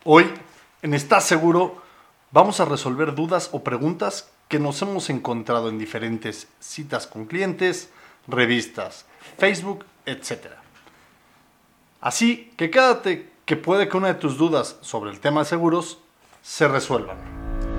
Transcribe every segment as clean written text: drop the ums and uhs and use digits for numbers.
Hoy, en ¿Estás seguro?, vamos a resolver dudas o preguntas que nos hemos encontrado en diferentes citas con clientes, revistas, Facebook, etc. Así que quédate, que puede que una de tus dudas sobre el tema de seguros se resuelvan.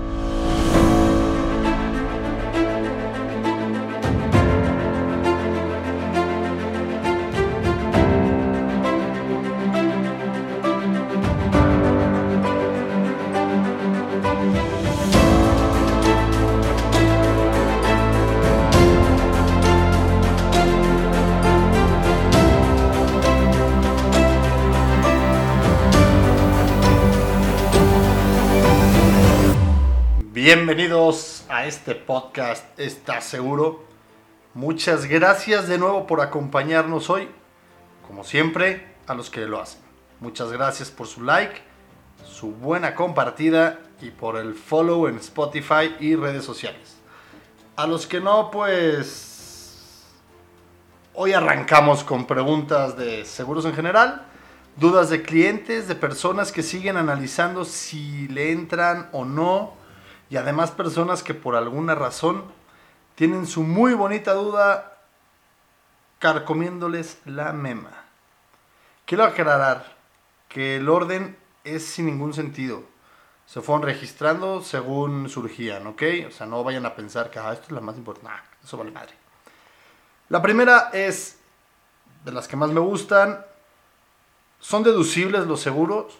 Bienvenidos a este podcast, ¿Estás seguro? Muchas gracias de nuevo por acompañarnos hoy, como siempre, a los que lo hacen. Muchas gracias por su like, su buena compartida y por el follow en Spotify y redes sociales. A los que no, pues hoy arrancamos con preguntas de seguros en general, dudas de clientes, de personas que siguen analizando si le entran o no. Y además personas que por alguna razón tienen su muy bonita duda carcomiéndoles la mema. Quiero aclarar que el orden es sin ningún sentido. Se fueron registrando según surgían, ¿ok? O sea, no vayan a pensar que esto es la más importante. Nah, eso vale madre. La primera es de las que más me gustan. ¿Son deducibles los seguros?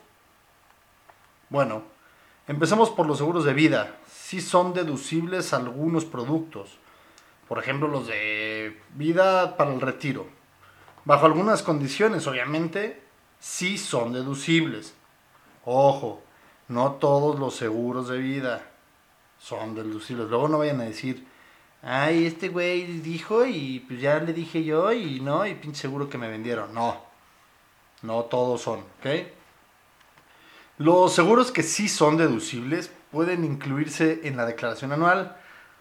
Bueno, empecemos por los seguros de vida. Sí son deducibles algunos productos. Por ejemplo, los de vida para el retiro. Bajo algunas condiciones, obviamente, sí son deducibles. Ojo, no todos los seguros de vida son deducibles. Luego no vayan a decir, ay, este güey dijo y pues ya le dije yo y no, y pinche seguro que me vendieron. No todos son, ¿ok? Los seguros que sí son deducibles pueden incluirse en la declaración anual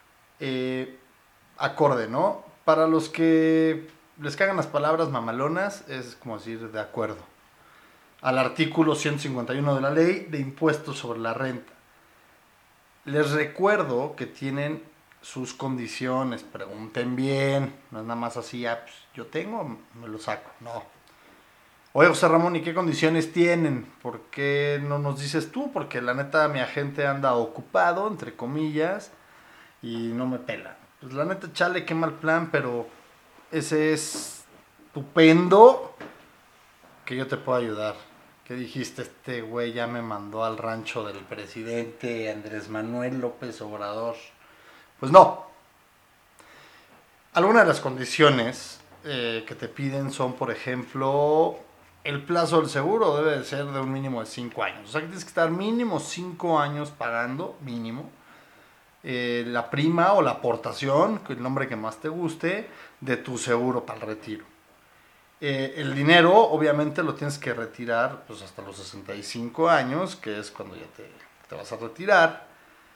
acorde, ¿no? Para los que les cagan las palabras mamalonas, es como decir de acuerdo al artículo 151 de la Ley de Impuestos sobre la Renta. Les recuerdo que tienen sus condiciones, pregunten bien, no es nada más así, pues yo tengo, me lo saco, no. Oye, José Ramón, ¿y qué condiciones tienen? ¿Por qué no nos dices tú? Porque la neta mi agente anda ocupado, entre comillas, y no me pela. Pues la neta, chale, qué mal plan, pero ese es estupendo que yo te puedo ayudar. ¿Qué dijiste? Este güey ya me mandó al rancho del presidente Andrés Manuel López Obrador. Pues no. Algunas de las condiciones que te piden son, por ejemplo, el plazo del seguro debe de ser de un mínimo de 5 años. O sea que tienes que estar mínimo 5 años pagando, mínimo, la prima o la aportación, el nombre que más te guste, de tu seguro para el retiro. El dinero obviamente lo tienes que retirar pues, hasta los 65 años, que es cuando ya te vas a retirar.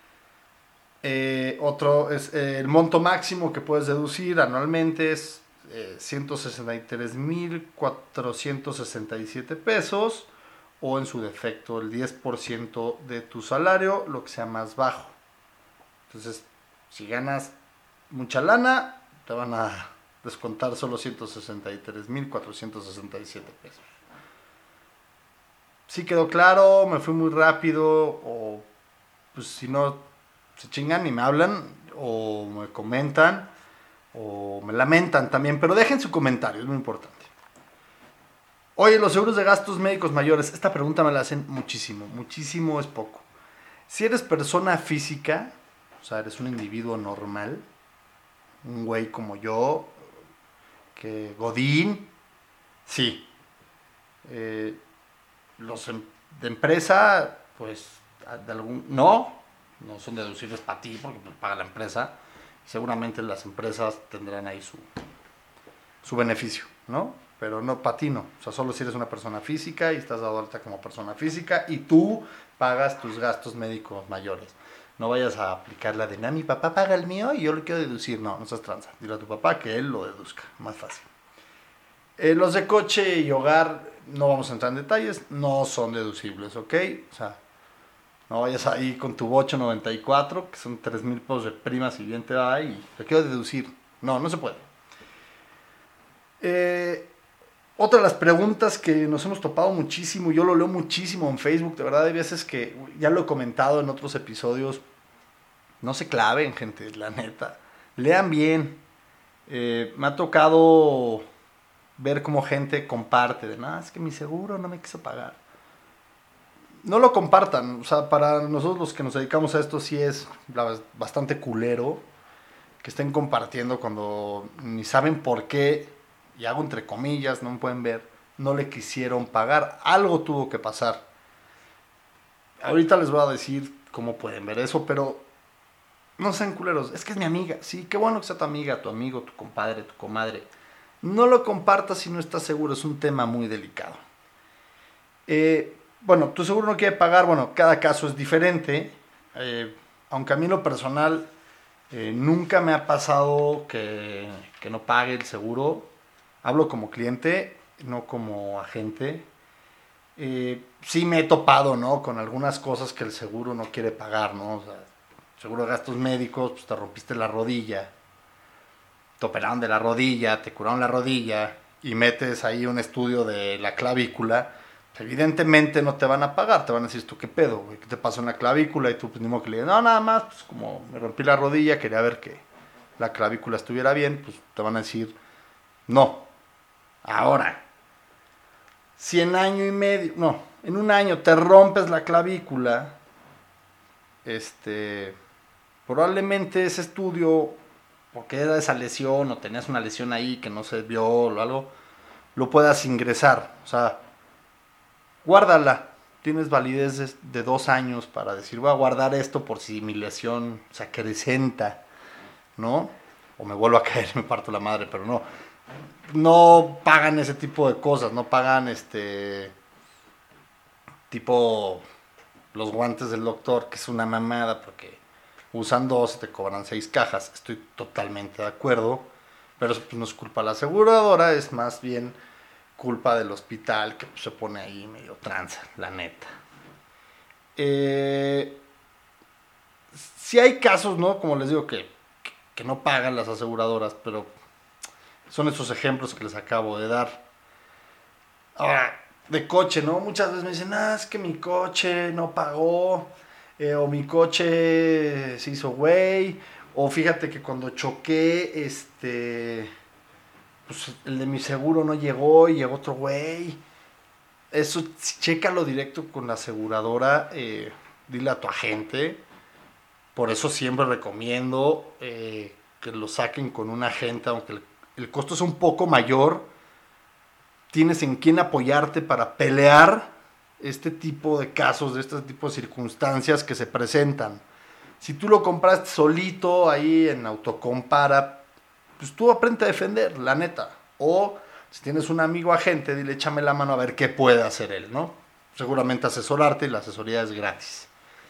Otro es el monto máximo que puedes deducir anualmente es 163,467 pesos, o en su defecto el 10% de tu salario, lo que sea más bajo. Entonces, si ganas mucha lana, te van a descontar solo 163,467 pesos. ¿Sí quedó claro? ¿Me fui muy rápido? O pues si no, se chingan y me hablan o me comentan o me lamentan también, pero dejen su comentario, es muy importante. Oye, los seguros de gastos médicos mayores, esta pregunta me la hacen muchísimo, muchísimo es poco. Si eres persona física, o sea, eres un individuo normal, un güey como yo, que godín, sí. Los de empresa, pues, de algún, no son deducibles para ti porque paga la empresa. Seguramente las empresas tendrán ahí su beneficio, ¿no? Pero no, para ti no. O sea, solo si eres una persona física y estás dado alta como persona física y tú pagas tus gastos médicos mayores. No vayas a aplicar la de, mi papá paga el mío y yo lo quiero deducir. No seas tranza. Dile a tu papá que él lo deduzca. Más fácil. Los de coche y hogar, no vamos a entrar en detalles, no son deducibles, ¿ok? O sea, no vayas ahí con tu bocho 94, que son 3,000 pesos de prima si bien te va y te quiero deducir. No, no se puede. Otra de las preguntas que nos hemos topado muchísimo, yo lo leo muchísimo en Facebook, de verdad hay veces que, ya lo he comentado en otros episodios, no se claven, gente, la neta. Lean bien. Me ha tocado ver cómo gente comparte de, nada, es que mi seguro no me quiso pagar. No lo compartan, o sea, para nosotros los que nos dedicamos a esto sí es bastante culero que estén compartiendo cuando ni saben por qué, y hago entre comillas, no me pueden ver, no le quisieron pagar. Algo tuvo que pasar. Ahorita les voy a decir cómo pueden ver eso, pero no sean culeros. Es que es mi amiga, sí, qué bueno que sea tu amiga, tu amigo, tu compadre, tu comadre. No lo compartas si no estás seguro, es un tema muy delicado. Bueno, tu seguro no quiere pagar, bueno, cada caso es diferente. Aunque a mí en lo personal nunca me ha pasado que no pague el seguro. Hablo como cliente, no como agente. Sí me he topado, ¿no? Con algunas cosas que el seguro no quiere pagar, ¿no? O sea, seguro de gastos médicos, pues te rompiste la rodilla, te operaron de la rodilla, te curaron la rodilla y metes ahí un estudio de la clavícula, evidentemente no te van a pagar, te van a decir, ¿tú qué pedo, güey? ¿Qué te pasó en la clavícula? Y tú, pues, ni modo que le digas, no, nada más, pues, como me rompí la rodilla, quería ver que la clavícula estuviera bien, pues, te van a decir, no. Ahora, si en año y medio, no, en un año te rompes la clavícula, probablemente ese estudio, porque era esa lesión o tenías una lesión ahí que no se vio o algo, lo puedas ingresar. O sea, guárdala. Tienes validez de 2 años para decir, voy a guardar esto por si mi lesión se acrecenta, ¿no? O me vuelvo a caer y me parto la madre, pero no. No pagan ese tipo de cosas, no pagan tipo los guantes del doctor, que es una mamada porque usan 2 te cobran 6 cajas. Estoy totalmente de acuerdo, pero eso, pues, no es culpa de la aseguradora, es más bien culpa del hospital que, pues, se pone ahí medio tranza, la neta. Si hay casos, ¿no? Como les digo, que no pagan las aseguradoras, pero son esos ejemplos que les acabo de dar. Ahora, de coche, ¿no? Muchas veces me dicen, es que mi coche no pagó, o mi coche se hizo güey, o fíjate que cuando choqué, pues el de mi seguro no llegó y llegó otro güey. Eso, chécalo directo con la aseguradora, dile a tu agente. Por eso siempre recomiendo que lo saquen con un agente, aunque el costo es un poco mayor. Tienes en quién apoyarte para pelear este tipo de casos, de este tipo de circunstancias que se presentan. Si tú lo compraste solito ahí en Autocompara, pues tú aprende a defender, la neta. O si tienes un amigo agente, dile, échame la mano a ver qué puede hacer él, ¿no? Seguramente asesorarte y la asesoría es gratis.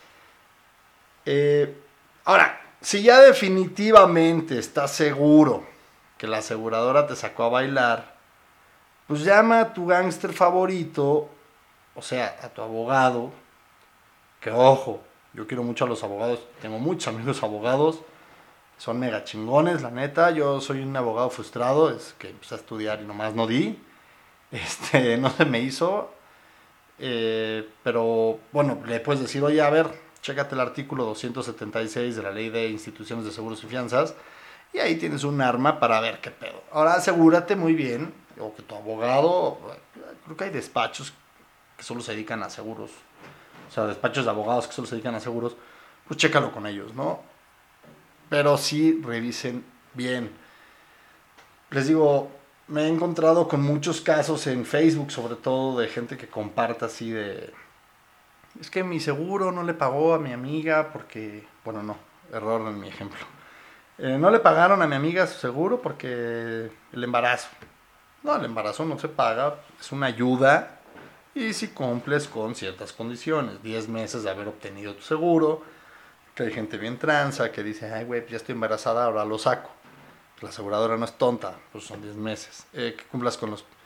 Ahora, si ya definitivamente estás seguro que la aseguradora te sacó a bailar, pues llama a tu gángster favorito, o sea, a tu abogado, que ojo, yo quiero mucho a los abogados, tengo muchos amigos abogados, son mega chingones, la neta. Yo soy un abogado frustrado, es que empecé a estudiar y nomás no di. No se me hizo. Pero bueno, le puedes decir, oye, a ver, chécate el artículo 276 de la Ley de Instituciones de Seguros y Fianzas. Y ahí tienes un arma para ver qué pedo. Ahora asegúrate muy bien, o que tu abogado, creo que hay despachos que solo se dedican a seguros. O sea, despachos de abogados que solo se dedican a seguros. Pues chécalo con ellos, ¿no? Pero sí revisen bien. Les digo, me he encontrado con muchos casos en Facebook, sobre todo de gente que comparta así de, es que mi seguro no le pagó a mi amiga porque, bueno, no, error en mi ejemplo. No le pagaron a mi amiga su seguro porque el embarazo. No, el embarazo no se paga, es una ayuda y si cumples con ciertas condiciones, 10 meses de haber obtenido tu seguro, que hay gente bien tranza que dice, ay, güey, ya estoy embarazada, ahora lo saco. La aseguradora no es tonta, pues son 10 meses. Que cumplas con los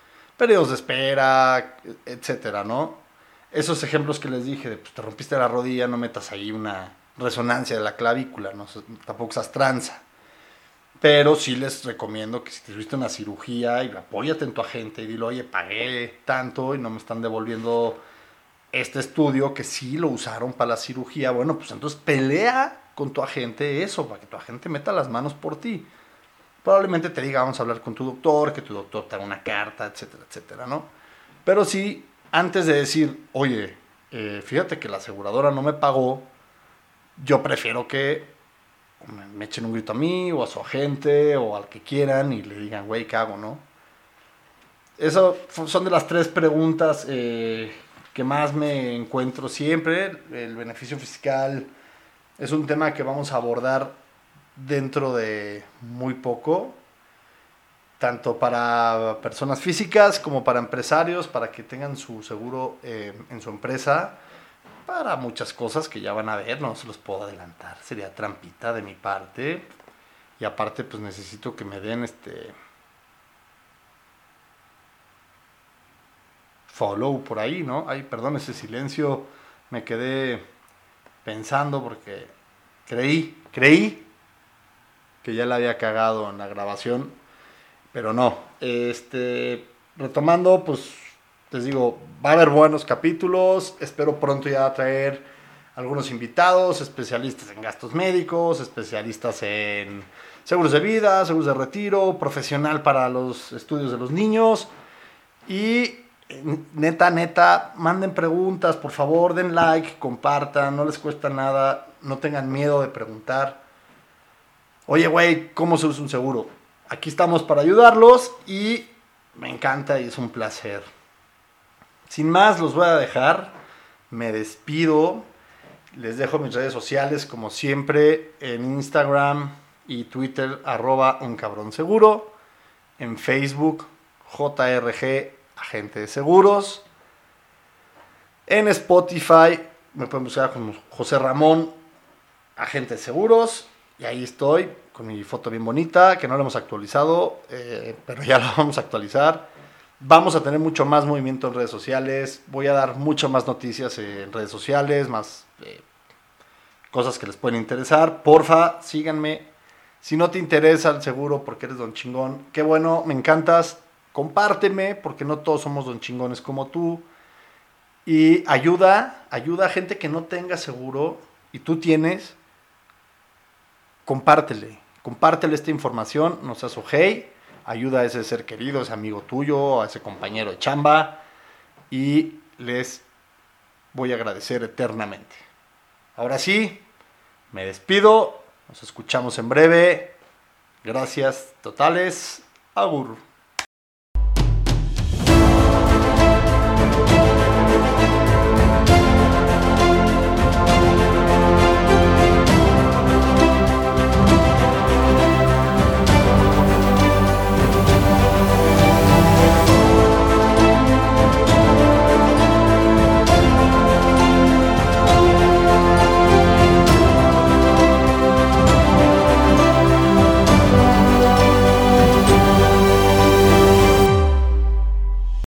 periodos de espera, etcétera, ¿no? Esos ejemplos que les dije, de, pues, te rompiste la rodilla, no metas ahí una resonancia de la clavícula, ¿no? Tampoco usas tranza. Pero sí les recomiendo que si te hiciste una cirugía, y apóyate en tu agente y dile, oye, pagué tanto y no me están devolviendo este estudio que sí lo usaron para la cirugía. Bueno, pues entonces pelea con tu agente eso, para que tu agente meta las manos por ti. Probablemente te diga, vamos a hablar con tu doctor, que tu doctor te haga una carta, etcétera, etcétera, ¿no? Pero sí, antes de decir, oye, fíjate que la aseguradora no me pagó, yo prefiero que me echen un grito a mí o a su agente o al que quieran y le digan, güey, ¿qué hago, no? Eso son de las 3 preguntas que más me encuentro siempre. El beneficio fiscal es un tema que vamos a abordar dentro de muy poco, tanto para personas físicas como para empresarios, para que tengan su seguro en su empresa, para muchas cosas que ya van a ver, no se los puedo adelantar, sería trampita de mi parte, y aparte pues necesito que me den follow por ahí, ¿no? Ay, perdón ese silencio, me quedé pensando porque creí que ya la había cagado en la grabación, pero no. Retomando, pues les digo, va a haber buenos capítulos. Espero pronto ya traer algunos invitados, especialistas en gastos médicos, especialistas en seguros de vida, seguros de retiro, profesional para los estudios de los niños. Y neta, manden preguntas, por favor, den like, compartan, no les cuesta nada, no tengan miedo de preguntar. Oye, güey, ¿cómo se usa un seguro? Aquí estamos para ayudarlos y me encanta y es un placer. Sin más, los voy a dejar. Me despido. Les dejo mis redes sociales, como siempre, en Instagram y Twitter, @uncabronceguro. En Facebook, JRG, Agente de Seguros. En Spotify, me pueden buscar como José Ramón, Agente de Seguros. Y ahí estoy, con mi foto bien bonita, que no la hemos actualizado, pero ya la vamos a actualizar. Vamos a tener mucho más movimiento en redes sociales. Voy a dar mucho más noticias en redes sociales, más cosas que les pueden interesar. Porfa, síganme. Si no te interesa el seguro porque eres don chingón, qué bueno, me encantas. Compárteme, porque no todos somos don chingones como tú. Y ayuda a gente que no tenga seguro y tú tienes. Compártele esta información, no seas ojey, ayuda a ese ser querido, a ese amigo tuyo, a ese compañero de chamba y les voy a agradecer eternamente. Ahora sí, me despido, nos escuchamos en breve, gracias totales, agur.